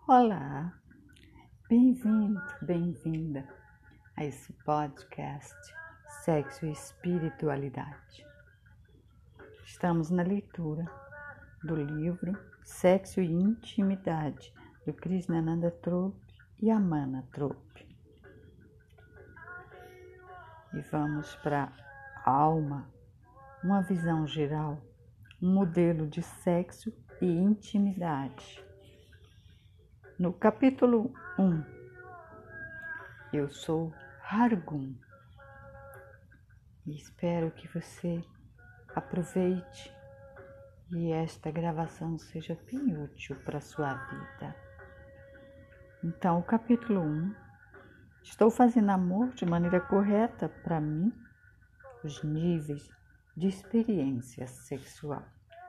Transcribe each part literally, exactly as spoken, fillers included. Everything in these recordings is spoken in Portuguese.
Olá, bem-vindo, bem-vinda a esse podcast Sexo e Espiritualidade. Estamos na leitura do livro Sexo e Intimidade, do Krishnananda Trope e Amana Trope. E vamos para Alma, uma visão geral, um modelo de sexo e intimidade. No capítulo um, eu sou Hargun e espero que você aproveite e esta gravação seja bem útil para a sua vida. Então, o capítulo um, estou fazendo amor de maneira correta para mim, os níveis de experiência sexual.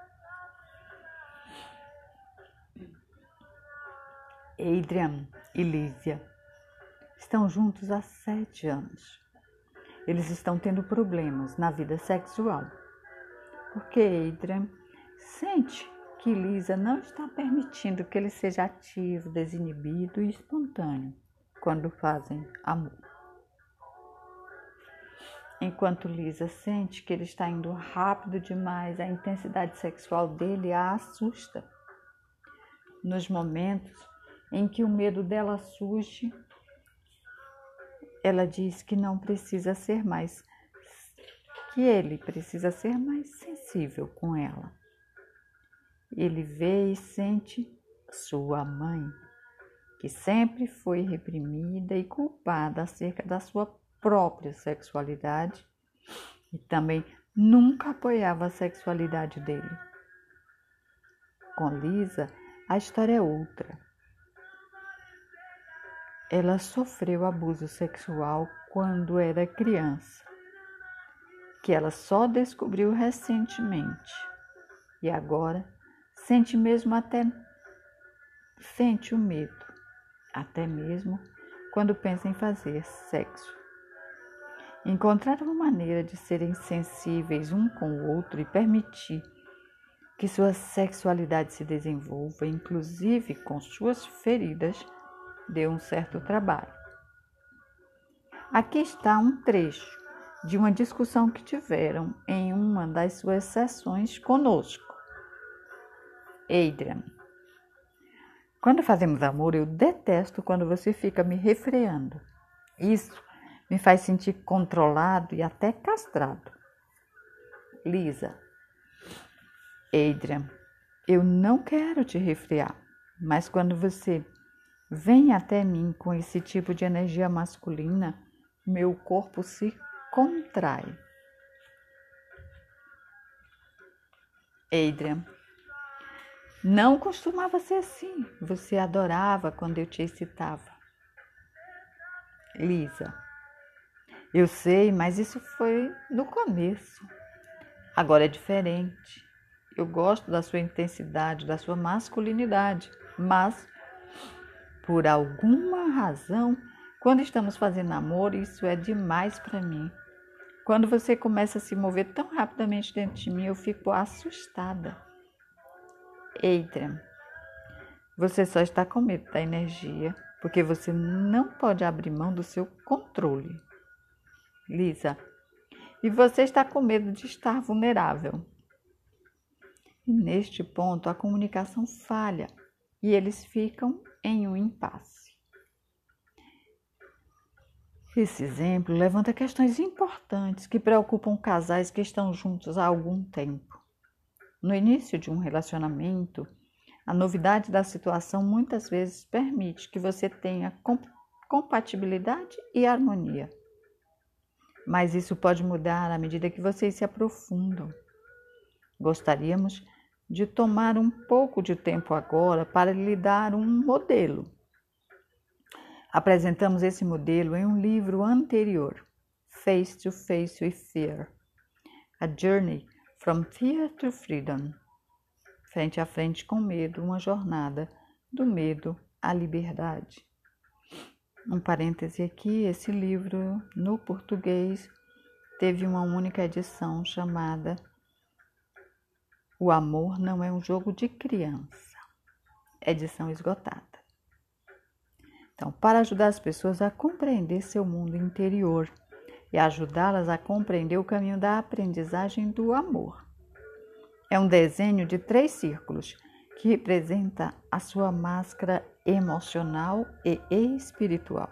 Adrian e Lívia estão juntos há sete anos. Eles estão tendo problemas na vida sexual, porque Adrian sente que Lisa não está permitindo que ele seja ativo, desinibido e espontâneo quando fazem amor. Enquanto Lisa sente que ele está indo rápido demais, a intensidade sexual dele a assusta. Nos momentos em que o medo dela surge, ela diz que não precisa ser mais, que ele precisa ser mais sensível com ela. Ele vê e sente sua mãe, que sempre foi reprimida e culpada acerca da sua própria sexualidade e também nunca apoiava a sexualidade dele. Com Lisa, a história é outra. Ela sofreu abuso sexual quando era criança, que ela só descobriu recentemente. E agora sente mesmo até sente o medo, até mesmo quando pensa em fazer sexo. Encontrar uma maneira de serem sensíveis um com o outro e permitir que sua sexualidade se desenvolva, inclusive com suas feridas, deu um certo trabalho. Aqui está um trecho de uma discussão que tiveram em uma das suas sessões conosco. Adrian: quando fazemos amor, eu detesto quando você fica me refreando. Isso me faz sentir controlado e até castrado. Lisa: Adrian, eu não quero te refrear, mas quando você vem até mim com esse tipo de energia masculina, meu corpo se contrai. Adrian: não costumava ser assim. Você adorava quando eu te excitava. Lisa: eu sei, mas isso foi no começo. Agora é diferente. Eu gosto da sua intensidade, da sua masculinidade, mas por alguma razão, quando estamos fazendo amor, isso é demais para mim. Quando você começa a se mover tão rapidamente dentro de mim, eu fico assustada. Adrian: você só está com medo da energia, porque você não pode abrir mão do seu controle. Lisa: e você está com medo de estar vulnerável. E neste ponto, a comunicação falha e eles ficam em um impasse. Esse exemplo levanta questões importantes que preocupam casais que estão juntos há algum tempo. No início de um relacionamento, a novidade da situação muitas vezes permite que você tenha compatibilidade e harmonia. Mas isso pode mudar à medida que vocês se aprofundam. Gostaríamos de tomar um pouco de tempo agora para lhe dar um modelo. Apresentamos esse modelo em um livro anterior, Face to Face with Fear, A Journey from Fear to Freedom. Frente a frente com medo, uma jornada do medo à liberdade. Um parêntese aqui, esse livro no português teve uma única edição chamada O Amor Não é um Jogo de Criança, edição esgotada. Então, para ajudar as pessoas a compreender seu mundo interior e ajudá-las a compreender o caminho da aprendizagem do amor. É um desenho de três círculos que representa a sua máscara emocional e espiritual.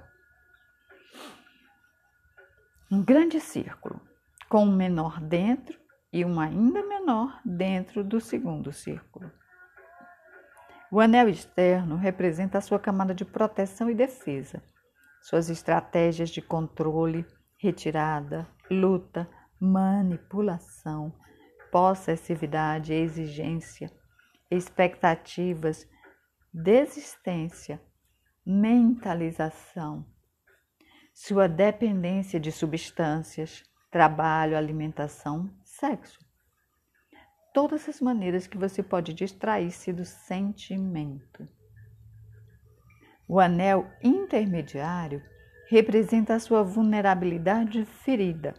Um grande círculo, com um menor dentro e um ainda menor dentro do segundo círculo. O anel externo representa a sua camada de proteção e defesa, suas estratégias de controle, retirada, luta, manipulação, possessividade, exigência, expectativas, desistência, mentalização, sua dependência de substâncias, trabalho, alimentação, sexo. Todas as maneiras que você pode distrair-se do sentimento. O anel intermediário representa a sua vulnerabilidade ferida.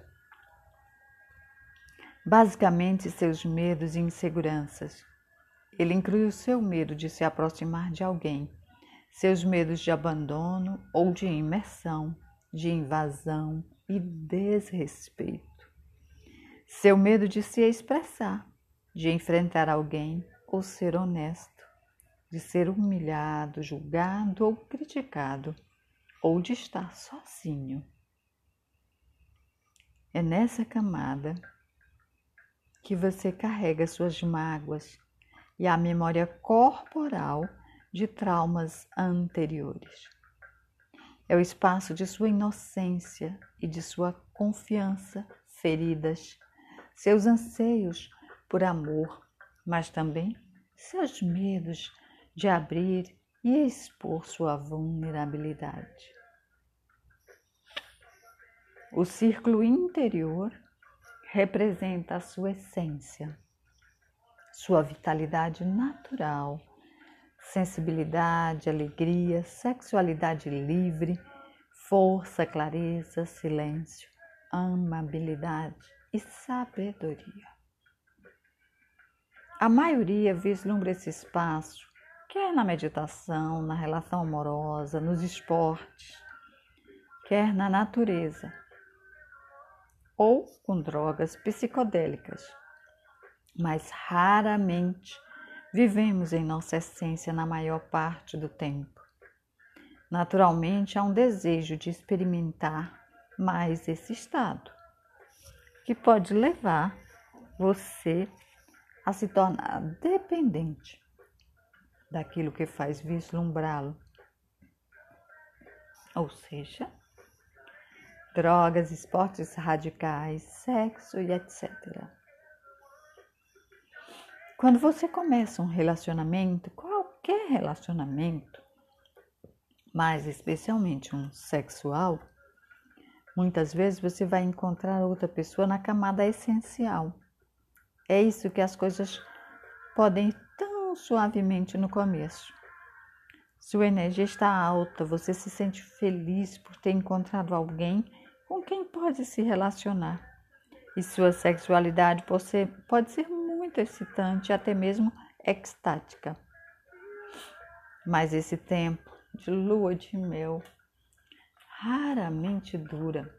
Basicamente, seus medos e inseguranças. Ele inclui o seu medo de se aproximar de alguém, seus medos de abandono ou de imersão, de invasão e desrespeito. Seu medo de se expressar, de enfrentar alguém ou ser honesto, de ser humilhado, julgado ou criticado, ou de estar sozinho. É nessa camada que você carrega suas mágoas e a memória corporal de traumas anteriores. É o espaço de sua inocência e de sua confiança feridas, seus anseios por amor, mas também seus medos de abrir e expor sua vulnerabilidade. O círculo interior representa a sua essência, sua vitalidade natural, sensibilidade, alegria, sexualidade livre, força, clareza, silêncio, amabilidade e sabedoria. A maioria vislumbra esse espaço, quer na meditação, na relação amorosa, nos esportes, quer na natureza, ou com drogas psicodélicas, mas raramente vivemos em nossa essência na maior parte do tempo. Naturalmente, há um desejo de experimentar mais esse estado, que pode levar você a se tornar dependente daquilo que faz vislumbrá-lo, ou seja, drogas, esportes radicais, sexo e etcétera. Quando você começa um relacionamento, qualquer relacionamento, mas especialmente um sexual, muitas vezes você vai encontrar outra pessoa na camada essencial. É isso que as coisas podem ir tão suavemente no começo. Sua energia está alta, você se sente feliz por ter encontrado alguém com quem pode se relacionar. E sua sexualidade pode ser, pode ser muito excitante, até mesmo extática. Mas esse tempo de lua de mel raramente dura.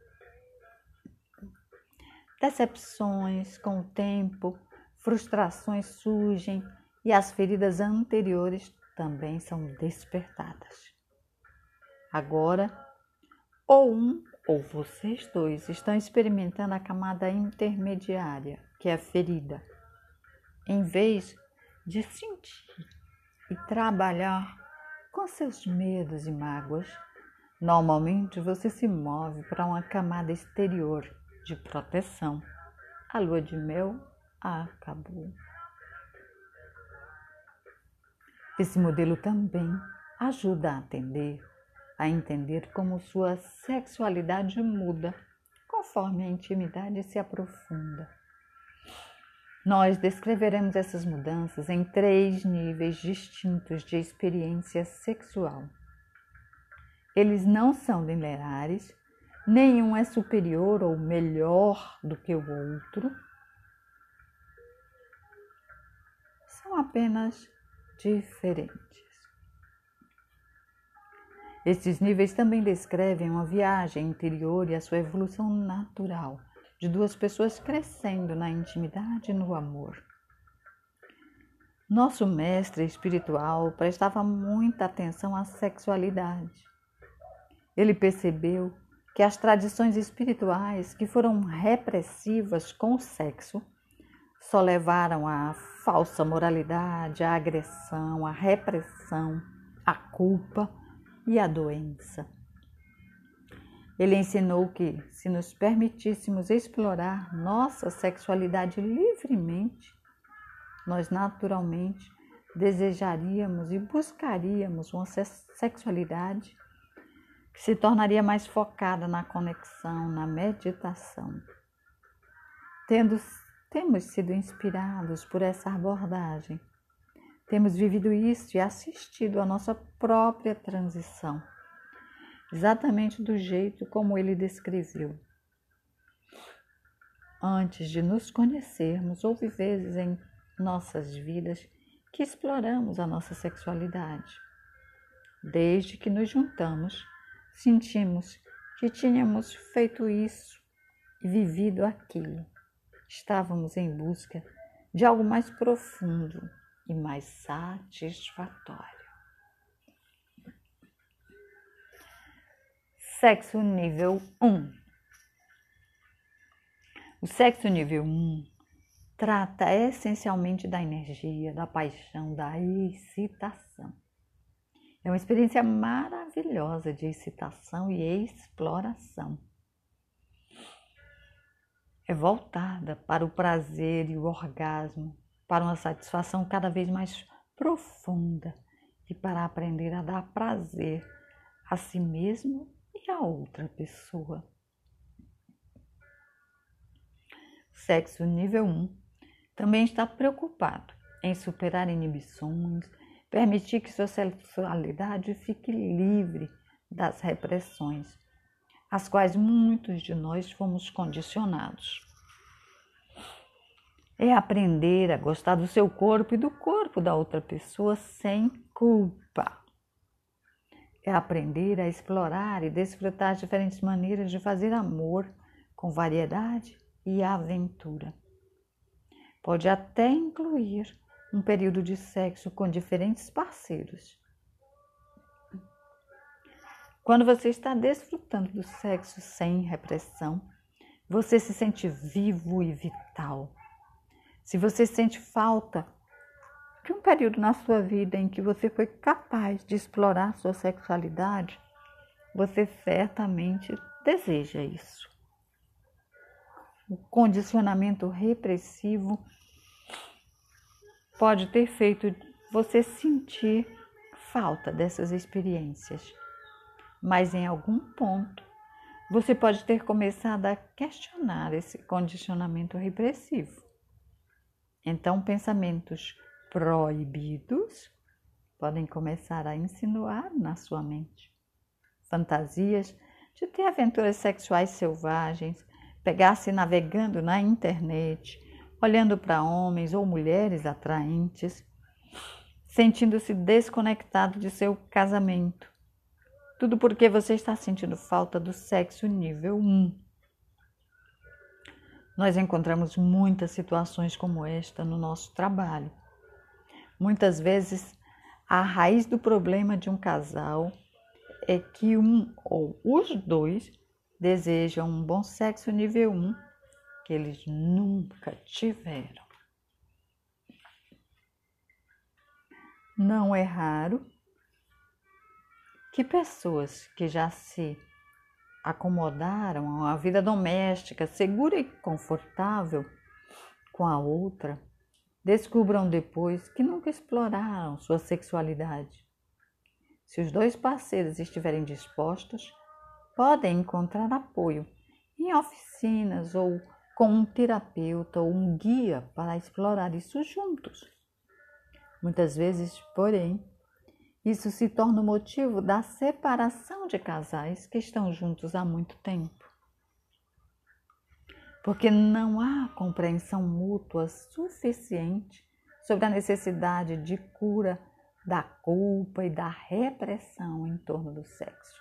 Decepções com o tempo, frustrações surgem e as feridas anteriores também são despertadas. Agora, ou um ou vocês dois estão experimentando a camada intermediária, que é a ferida. Em vez de sentir e trabalhar com seus medos e mágoas, normalmente você se move para uma camada exterior de proteção. A lua de mel acabou. Esse modelo também ajuda a atender, a entender como sua sexualidade muda conforme a intimidade se aprofunda. Nós descreveremos essas mudanças em três níveis distintos de experiência sexual. Eles não são lineares, nenhum é superior ou melhor do que o outro. São apenas diferentes. Estes níveis também descrevem uma viagem interior e a sua evolução natural, de duas pessoas crescendo na intimidade e no amor. Nosso mestre espiritual prestava muita atenção à sexualidade. Ele percebeu que as tradições espirituais que foram repressivas com o sexo só levaram à falsa moralidade, à agressão, à repressão, à culpa e à doença. Ele ensinou que, se nos permitíssemos explorar nossa sexualidade livremente, nós naturalmente desejaríamos e buscaríamos uma sexualidade que se tornaria mais focada na conexão, na meditação. Tendo, temos sido inspirados por essa abordagem. Temos vivido isso e assistido à nossa própria transição, exatamente do jeito como ele descreveu. Antes de nos conhecermos, houve vezes em nossas vidas que exploramos a nossa sexualidade. Desde que nos juntamos, sentimos que tínhamos feito isso e vivido aquilo. Estávamos em busca de algo mais profundo e mais satisfatório. Sexo nível um. O sexo nível um trata essencialmente da energia, da paixão, da excitação. É uma experiência maravilhosa de excitação e exploração. É voltada para o prazer e o orgasmo, para uma satisfação cada vez mais profunda e para aprender a dar prazer a si mesmo e a outra pessoa. Sexo nível um também está preocupado em superar inibições, permitir que sua sexualidade fique livre das repressões, às quais muitos de nós fomos condicionados. É aprender a gostar do seu corpo e do corpo da outra pessoa sem culpa. É aprender a explorar e desfrutar diferentes maneiras de fazer amor com variedade e aventura. Pode até incluir um período de sexo com diferentes parceiros. Quando você está desfrutando do sexo sem repressão, você se sente vivo e vital. Se você sente falta de um período na sua vida em que você foi capaz de explorar sua sexualidade, você certamente deseja isso. O condicionamento repressivo pode ter feito você sentir falta dessas experiências, mas em algum ponto você pode ter começado a questionar esse condicionamento repressivo. Então, pensamentos proibidos podem começar a insinuar na sua mente. Fantasias de ter aventuras sexuais selvagens, pegar-se navegando na internet, olhando para homens ou mulheres atraentes, sentindo-se desconectado de seu casamento. Tudo porque você está sentindo falta do sexo nível um. Nós encontramos muitas situações como esta no nosso trabalho. Muitas vezes, a raiz do problema de um casal é que um ou os dois desejam um bom sexo nível um que eles nunca tiveram. Não é raro que pessoas que já se acomodaram a uma vida doméstica segura e confortável com a outra, descubram depois que nunca exploraram sua sexualidade. Se os dois parceiros estiverem dispostos, podem encontrar apoio em oficinas ou com um terapeuta ou um guia para explorar isso juntos. Muitas vezes, porém, isso se torna o motivo da separação de casais que estão juntos há muito tempo. Porque não há compreensão mútua suficiente sobre a necessidade de cura da culpa e da repressão em torno do sexo.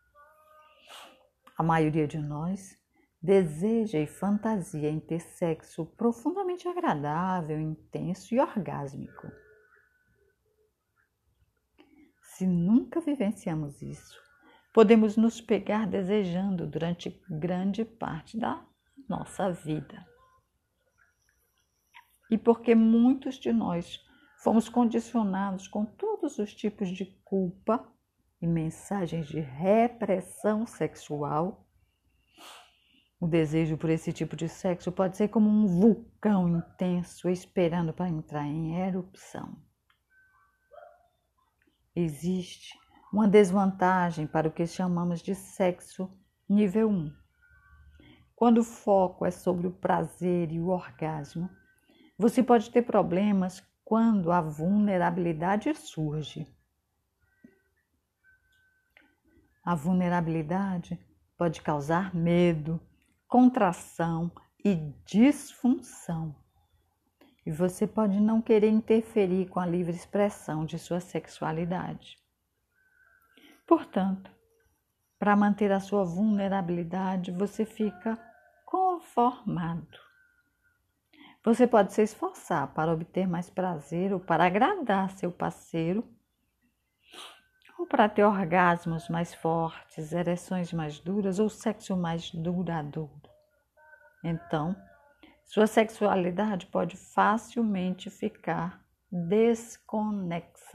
A maioria de nós deseja e fantasia em ter sexo profundamente agradável, intenso e orgásmico. Se nunca vivenciamos isso, podemos nos pegar desejando durante grande parte da nossa vida. E porque muitos de nós fomos condicionados com todos os tipos de culpa e mensagens de repressão sexual, o desejo por esse tipo de sexo pode ser como um vulcão intenso esperando para entrar em erupção. Existe uma desvantagem para o que chamamos de sexo nível um. Quando o foco é sobre o prazer e o orgasmo, você pode ter problemas quando a vulnerabilidade surge. A vulnerabilidade pode causar medo, contração e disfunção. E você pode não querer interferir com a livre expressão de sua sexualidade. Portanto, para manter a sua vulnerabilidade, você fica conformado. Você pode se esforçar para obter mais prazer ou para agradar seu parceiro, ou para ter orgasmos mais fortes, ereções mais duras ou sexo mais duradouro. Então, sua sexualidade pode facilmente ficar desconexa.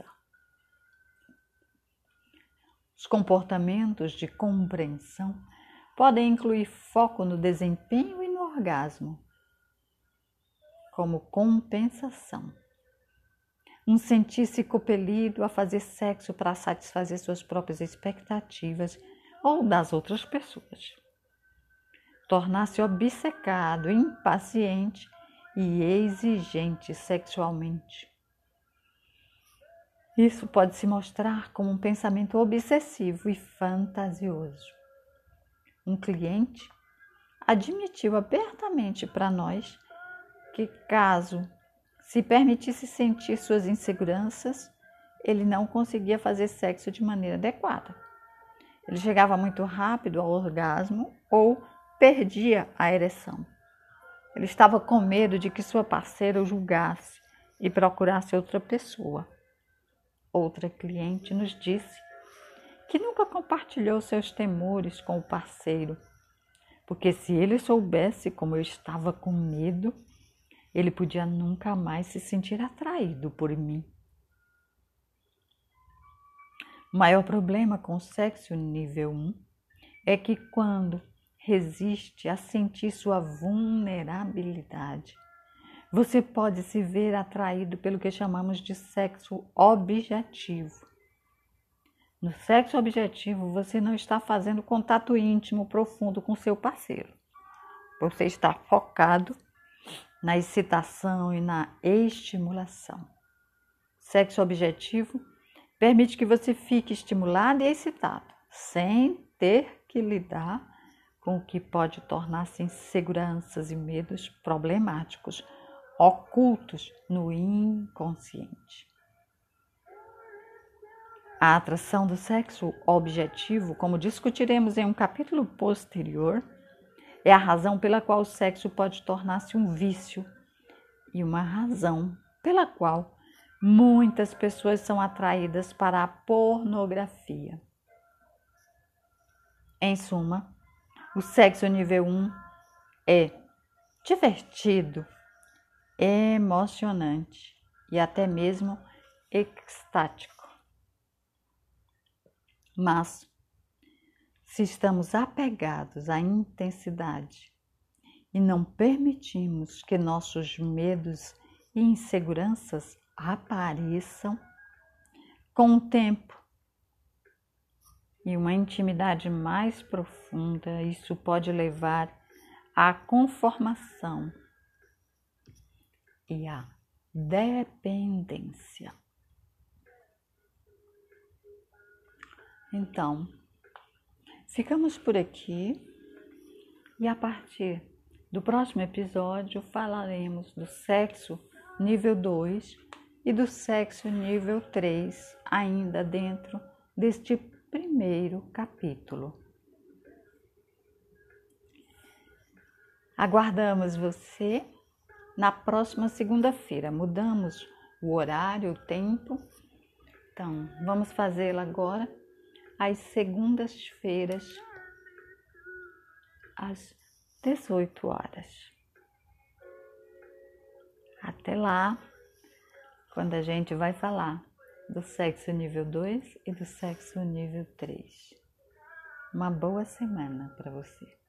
Os comportamentos de compreensão podem incluir foco no desempenho e no orgasmo, como compensação. Um sentir-se compelido a fazer sexo para satisfazer suas próprias expectativas ou das outras pessoas. Tornar-se obcecado, impaciente e exigente sexualmente. Isso pode se mostrar como um pensamento obsessivo e fantasioso. Um cliente admitiu abertamente para nós que, caso se permitisse sentir suas inseguranças, ele não conseguia fazer sexo de maneira adequada. Ele chegava muito rápido ao orgasmo ou perdia a ereção. Ele estava com medo de que sua parceira o julgasse e procurasse outra pessoa. Outra cliente nos disse que nunca compartilhou seus temores com o parceiro, porque se ele soubesse como eu estava com medo, ele podia nunca mais se sentir atraído por mim. O maior problema com o sexo nível um é que quando resiste a sentir sua vulnerabilidade, você pode se ver atraído pelo que chamamos de sexo objetivo. No sexo objetivo, você não está fazendo contato íntimo profundo com seu parceiro. Você está focado na excitação e na estimulação. Sexo objetivo permite que você fique estimulado e excitado, sem ter que lidar com o que pode tornar-se inseguranças e medos problemáticos, ocultos no inconsciente. A atração do sexo objetivo, como discutiremos em um capítulo posterior, é a razão pela qual o sexo pode tornar-se um vício e uma razão pela qual muitas pessoas são atraídas para a pornografia. Em suma, o sexo nível um é divertido, emocionante e até mesmo extático. Mas, se estamos apegados à intensidade e não permitimos que nossos medos e inseguranças apareçam, com o tempo e uma intimidade mais profunda, isso pode levar à conformação e à dependência. Então, ficamos por aqui e a partir do próximo episódio falaremos do sexo nível dois e do sexo nível três, ainda dentro deste primeiro capítulo. Aguardamos você na próxima segunda-feira. Mudamos o horário, o tempo. Então, vamos fazê-la agora às segundas-feiras, às dezoito horas. Até lá, quando a gente vai falar do sexo nível dois e do sexo nível três. Uma boa semana para você.